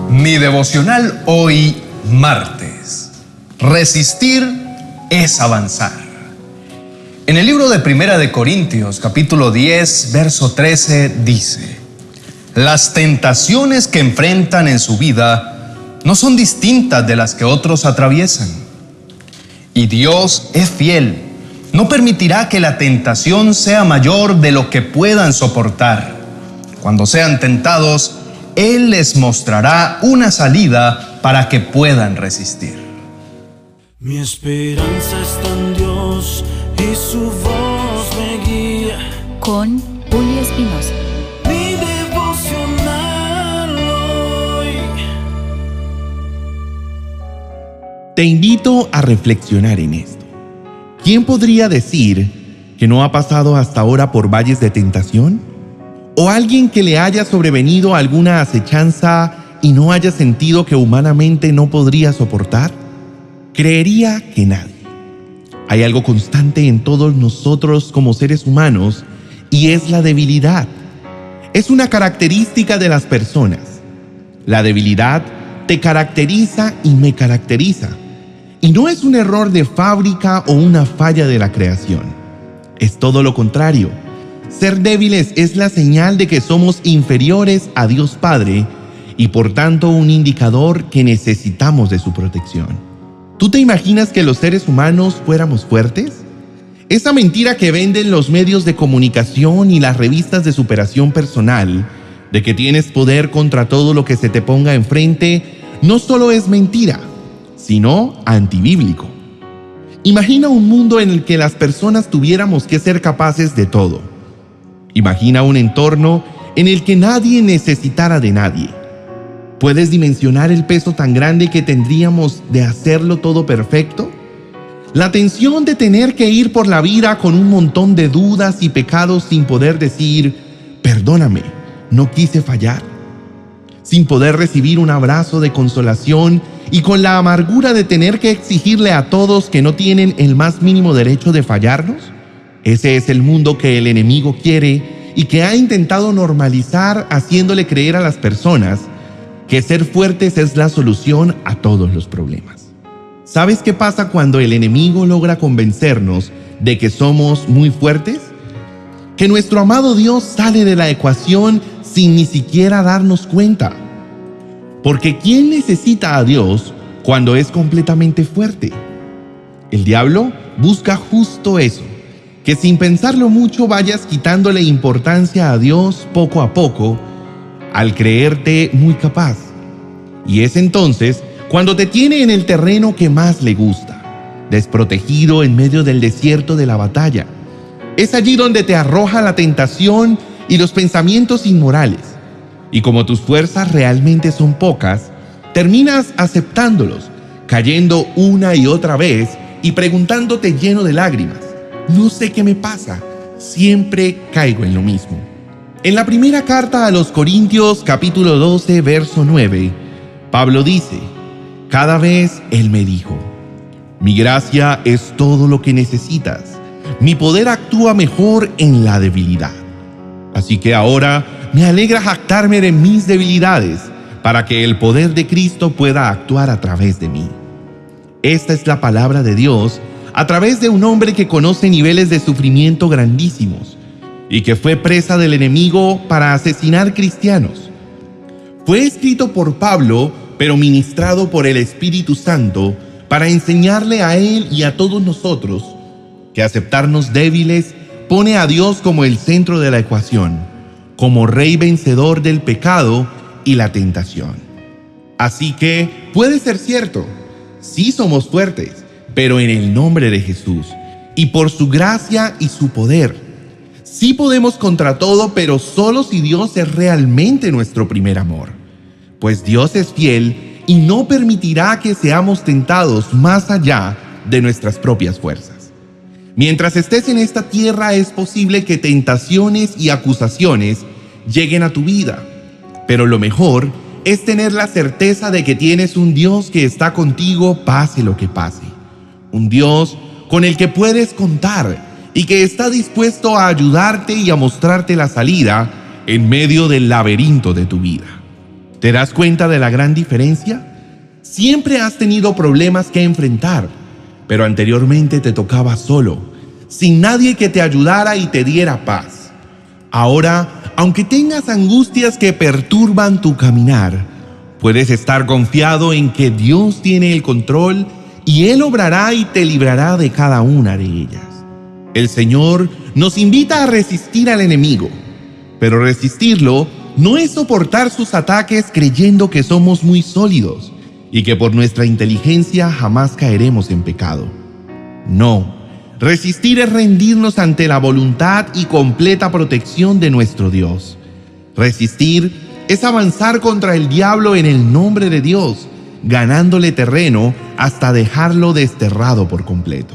Mi devocional hoy, martes. Resistir es avanzar. En el libro de Primera de Corintios, capítulo 10, verso 13, dice: las tentaciones que enfrentan en su vida no son distintas de las que otros atraviesan. Y Dios es fiel. No permitirá que la tentación sea mayor de lo que puedan soportar. Cuando sean tentados, Él les mostrará una salida para que puedan resistir. Mi esperanza está en Dios y su voz me guía. Con Julio Espinosa. Mi devocional hoy. Te invito a reflexionar en esto. ¿Quién podría decir que no ha pasado hasta ahora por valles de tentación? ¿O alguien que le haya sobrevenido alguna acechanza y no haya sentido que humanamente no podría soportar? Creería que nadie. Hay algo constante en todos nosotros como seres humanos y es la debilidad. Es una característica de las personas. La debilidad te caracteriza y me caracteriza. Y no es un error de fábrica o una falla de la creación. Es todo lo contrario. Ser débiles es la señal de que somos inferiores a Dios Padre y por tanto un indicador que necesitamos de su protección. ¿Tú te imaginas que los seres humanos fuéramos fuertes? Esa mentira que venden los medios de comunicación y las revistas de superación personal, de que tienes poder contra todo lo que se te ponga enfrente, no solo es mentira, sino antibíblico. Imagina un mundo en el que las personas tuviéramos que ser capaces de todo. Imagina un entorno en el que nadie necesitara de nadie. ¿Puedes dimensionar el peso tan grande que tendríamos de hacerlo todo perfecto? La tensión de tener que ir por la vida con un montón de dudas y pecados sin poder decir, perdóname, no quise fallar. Sin poder recibir un abrazo de consolación y con la amargura de tener que exigirle a todos que no tienen el más mínimo derecho de fallarnos. Ese es el mundo que el enemigo quiere y que ha intentado normalizar, haciéndole creer a las personas que ser fuertes es la solución a todos los problemas. ¿Sabes qué pasa cuando el enemigo logra convencernos de que somos muy fuertes? Que nuestro amado Dios sale de la ecuación sin ni siquiera darnos cuenta. Porque ¿quién necesita a Dios cuando es completamente fuerte? El diablo busca justo eso. Que sin pensarlo mucho vayas quitándole importancia a Dios poco a poco al creerte muy capaz. Y es entonces cuando te tiene en el terreno que más le gusta, desprotegido en medio del desierto de la batalla. Es allí donde te arroja la tentación y los pensamientos inmorales. Y como tus fuerzas realmente son pocas, terminas aceptándolos, cayendo una y otra vez y preguntándote lleno de lágrimas. No sé qué me pasa, siempre caigo en lo mismo. En la primera carta a los Corintios, capítulo 12, verso 9, Pablo dice: cada vez Él me dijo, mi gracia es todo lo que necesitas, mi poder actúa mejor en la debilidad. Así que ahora me alegra jactarme de mis debilidades, para que el poder de Cristo pueda actuar a través de mí. Esta es la palabra de Dios, a través de un hombre que conoce niveles de sufrimiento grandísimos y que fue presa del enemigo para asesinar cristianos. Fue escrito por Pablo, pero ministrado por el Espíritu Santo para enseñarle a él y a todos nosotros que aceptarnos débiles pone a Dios como el centro de la ecuación, como Rey vencedor del pecado y la tentación. Así que puede ser cierto, sí somos fuertes, pero en el nombre de Jesús y por su gracia y su poder. Sí podemos contra todo, pero solo si Dios es realmente nuestro primer amor. Pues Dios es fiel y no permitirá que seamos tentados más allá de nuestras propias fuerzas. Mientras estés en esta tierra es posible que tentaciones y acusaciones lleguen a tu vida, pero lo mejor es tener la certeza de que tienes un Dios que está contigo pase lo que pase. Un Dios con el que puedes contar y que está dispuesto a ayudarte y a mostrarte la salida en medio del laberinto de tu vida. ¿Te das cuenta de la gran diferencia? Siempre has tenido problemas que enfrentar, pero anteriormente te tocaba solo, sin nadie que te ayudara y te diera paz. Ahora, aunque tengas angustias que perturban tu caminar, puedes estar confiado en que Dios tiene el control y Él obrará y te librará de cada una de ellas. El Señor nos invita a resistir al enemigo, pero resistirlo no es soportar sus ataques creyendo que somos muy sólidos y que por nuestra inteligencia jamás caeremos en pecado. No, resistir es rendirnos ante la voluntad y completa protección de nuestro Dios. Resistir es avanzar contra el diablo en el nombre de Dios, ganándole terreno hasta dejarlo desterrado por completo.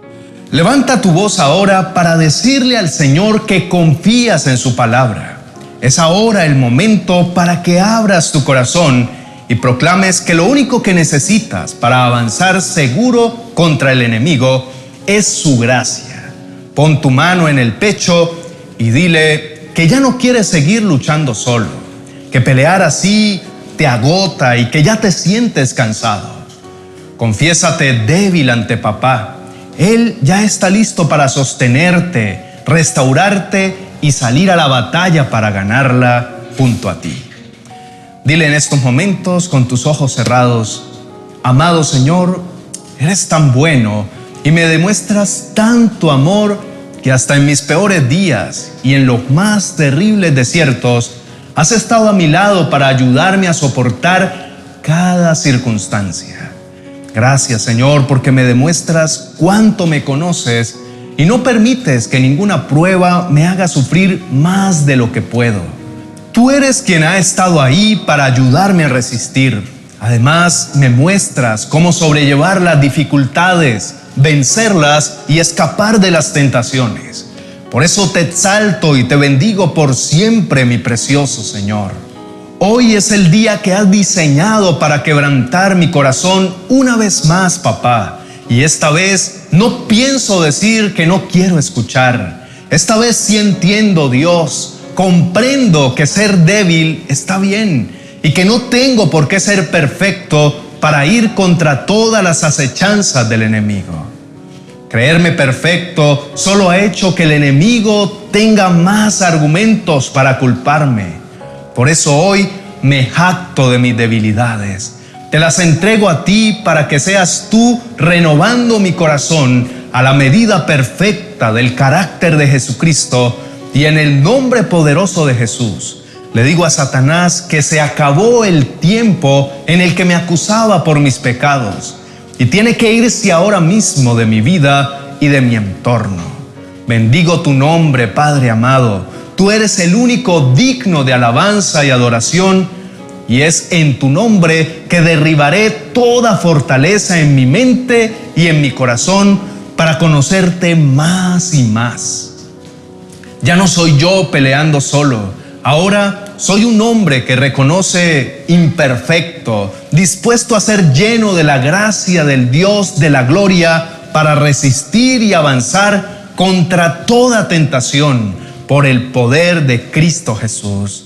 Levanta tu voz ahora para decirle al Señor que confías en su palabra. Es ahora el momento para que abras tu corazón y proclames que lo único que necesitas para avanzar seguro contra el enemigo es su gracia. Pon tu mano en el pecho y dile que ya no quieres seguir luchando solo, que pelear así te agota y que ya te sientes cansado. Confiésate débil ante papá. Él ya está listo para sostenerte, restaurarte y salir a la batalla para ganarla junto a ti. Dile en estos momentos con tus ojos cerrados: amado Señor, eres tan bueno y me demuestras tanto amor que hasta en mis peores días y en los más terribles desiertos has estado a mi lado para ayudarme a soportar cada circunstancia. Gracias, Señor, porque me demuestras cuánto me conoces y no permites que ninguna prueba me haga sufrir más de lo que puedo. Tú eres quien ha estado ahí para ayudarme a resistir. Además, me muestras cómo sobrellevar las dificultades, vencerlas y escapar de las tentaciones. Por eso te exalto y te bendigo por siempre, mi precioso Señor. Hoy es el día que has diseñado para quebrantar mi corazón una vez más, papá. Y esta vez no pienso decir que no quiero escuchar. Esta vez sí entiendo, Dios. Comprendo que ser débil está bien y que no tengo por qué ser perfecto para ir contra todas las acechanzas del enemigo. Creerme perfecto solo ha hecho que el enemigo tenga más argumentos para culparme. Por eso hoy me jacto de mis debilidades. Te las entrego a ti para que seas tú renovando mi corazón a la medida perfecta del carácter de Jesucristo. Y en el nombre poderoso de Jesús, le digo a Satanás que se acabó el tiempo en el que me acusaba por mis pecados y tiene que irse ahora mismo de mi vida y de mi entorno. Bendigo tu nombre, Padre amado. Tú eres el único digno de alabanza y adoración, y es en tu nombre que derribaré toda fortaleza en mi mente y en mi corazón para conocerte más y más. Ya no soy yo peleando solo. Ahora soy un hombre que reconoce imperfecto, dispuesto a ser lleno de la gracia del Dios de la gloria para resistir y avanzar contra toda tentación por el poder de Cristo Jesús.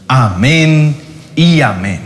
Amén y amén.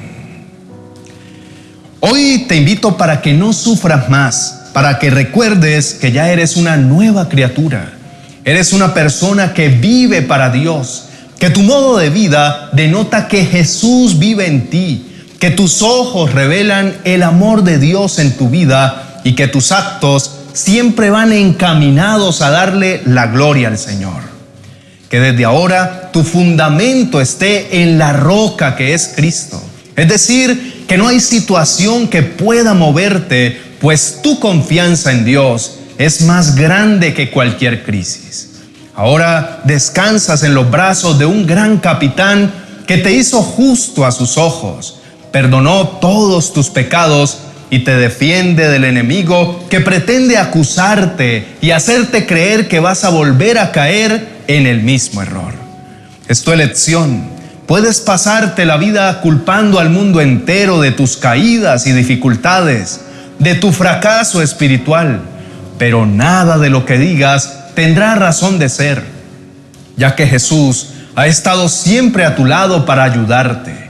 Hoy te invito para que no sufras más, para que recuerdes que ya eres una nueva criatura. Eres una persona que vive para Dios, que tu modo de vida denota que Jesús vive en ti, que tus ojos revelan el amor de Dios en tu vida y que tus actos siempre van encaminados a darle la gloria al Señor. Que desde ahora tu fundamento esté en la roca que es Cristo. Es decir, que no hay situación que pueda moverte, pues tu confianza en Dios es más grande que cualquier crisis. Ahora descansas en los brazos de un gran capitán que te hizo justo a sus ojos, perdonó todos tus pecados y te defiende del enemigo que pretende acusarte y hacerte creer que vas a volver a caer en el mismo error. Es tu elección. Puedes pasarte la vida culpando al mundo entero de tus caídas y dificultades, de tu fracaso espiritual, pero nada de lo que digas tendrá razón de ser, ya que Jesús ha estado siempre a tu lado para ayudarte.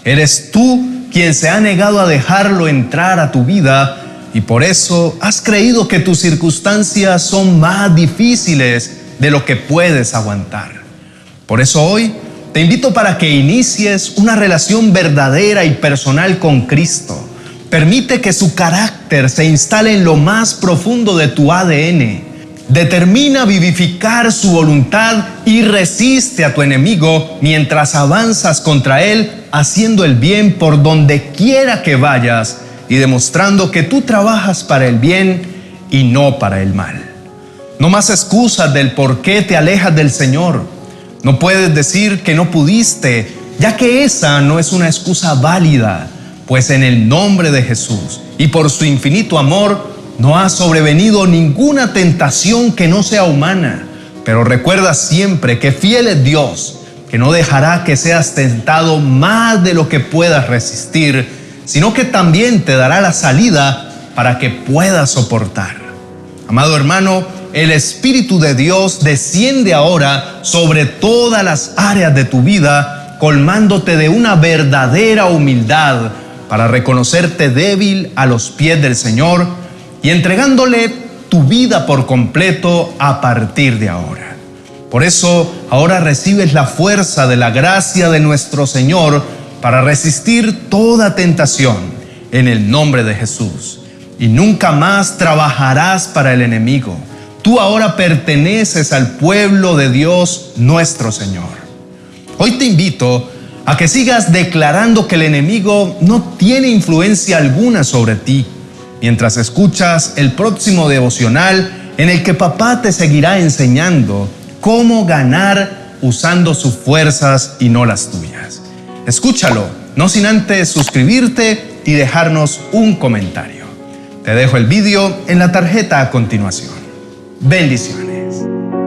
Eres tú quien se ha negado a dejarlo entrar a tu vida y por eso has creído que tus circunstancias son más difíciles de lo que puedes aguantar. Por eso hoy te invito para que inicies una relación verdadera y personal con Cristo. Permite que su carácter se instale en lo más profundo de tu ADN. Determina vivificar su voluntad y resiste a tu enemigo mientras avanzas contra él, haciendo el bien por donde quiera que vayas y demostrando que tú trabajas para el bien y no para el mal. No más excusas del por qué te alejas del Señor. No puedes decir que no pudiste, ya que esa no es una excusa válida, pues en el nombre de Jesús y por su infinito amor no ha sobrevenido ninguna tentación que no sea humana. Pero recuerda siempre que fiel es Dios, que no dejará que seas tentado más de lo que puedas resistir, sino que también te dará la salida para que puedas soportar. Amado hermano, el Espíritu de Dios desciende ahora sobre todas las áreas de tu vida, colmándote de una verdadera humildad para reconocerte débil a los pies del Señor y entregándole tu vida por completo a partir de ahora. Por eso, ahora recibes la fuerza de la gracia de nuestro Señor para resistir toda tentación en el nombre de Jesús. Y nunca más trabajarás para el enemigo. Tú ahora perteneces al pueblo de Dios nuestro Señor. Hoy te invito a que sigas declarando que el enemigo no tiene influencia alguna sobre ti, mientras escuchas el próximo devocional en el que papá te seguirá enseñando cómo ganar usando sus fuerzas y no las tuyas. Escúchalo, no sin antes suscribirte y dejarnos un comentario. Te dejo el vídeo en la tarjeta a continuación. Bendiciones.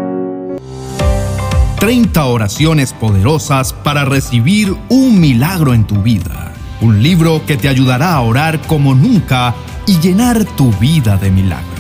30 oraciones poderosas para recibir un milagro en tu vida. Un libro que te ayudará a orar como nunca y llenar tu vida de milagros.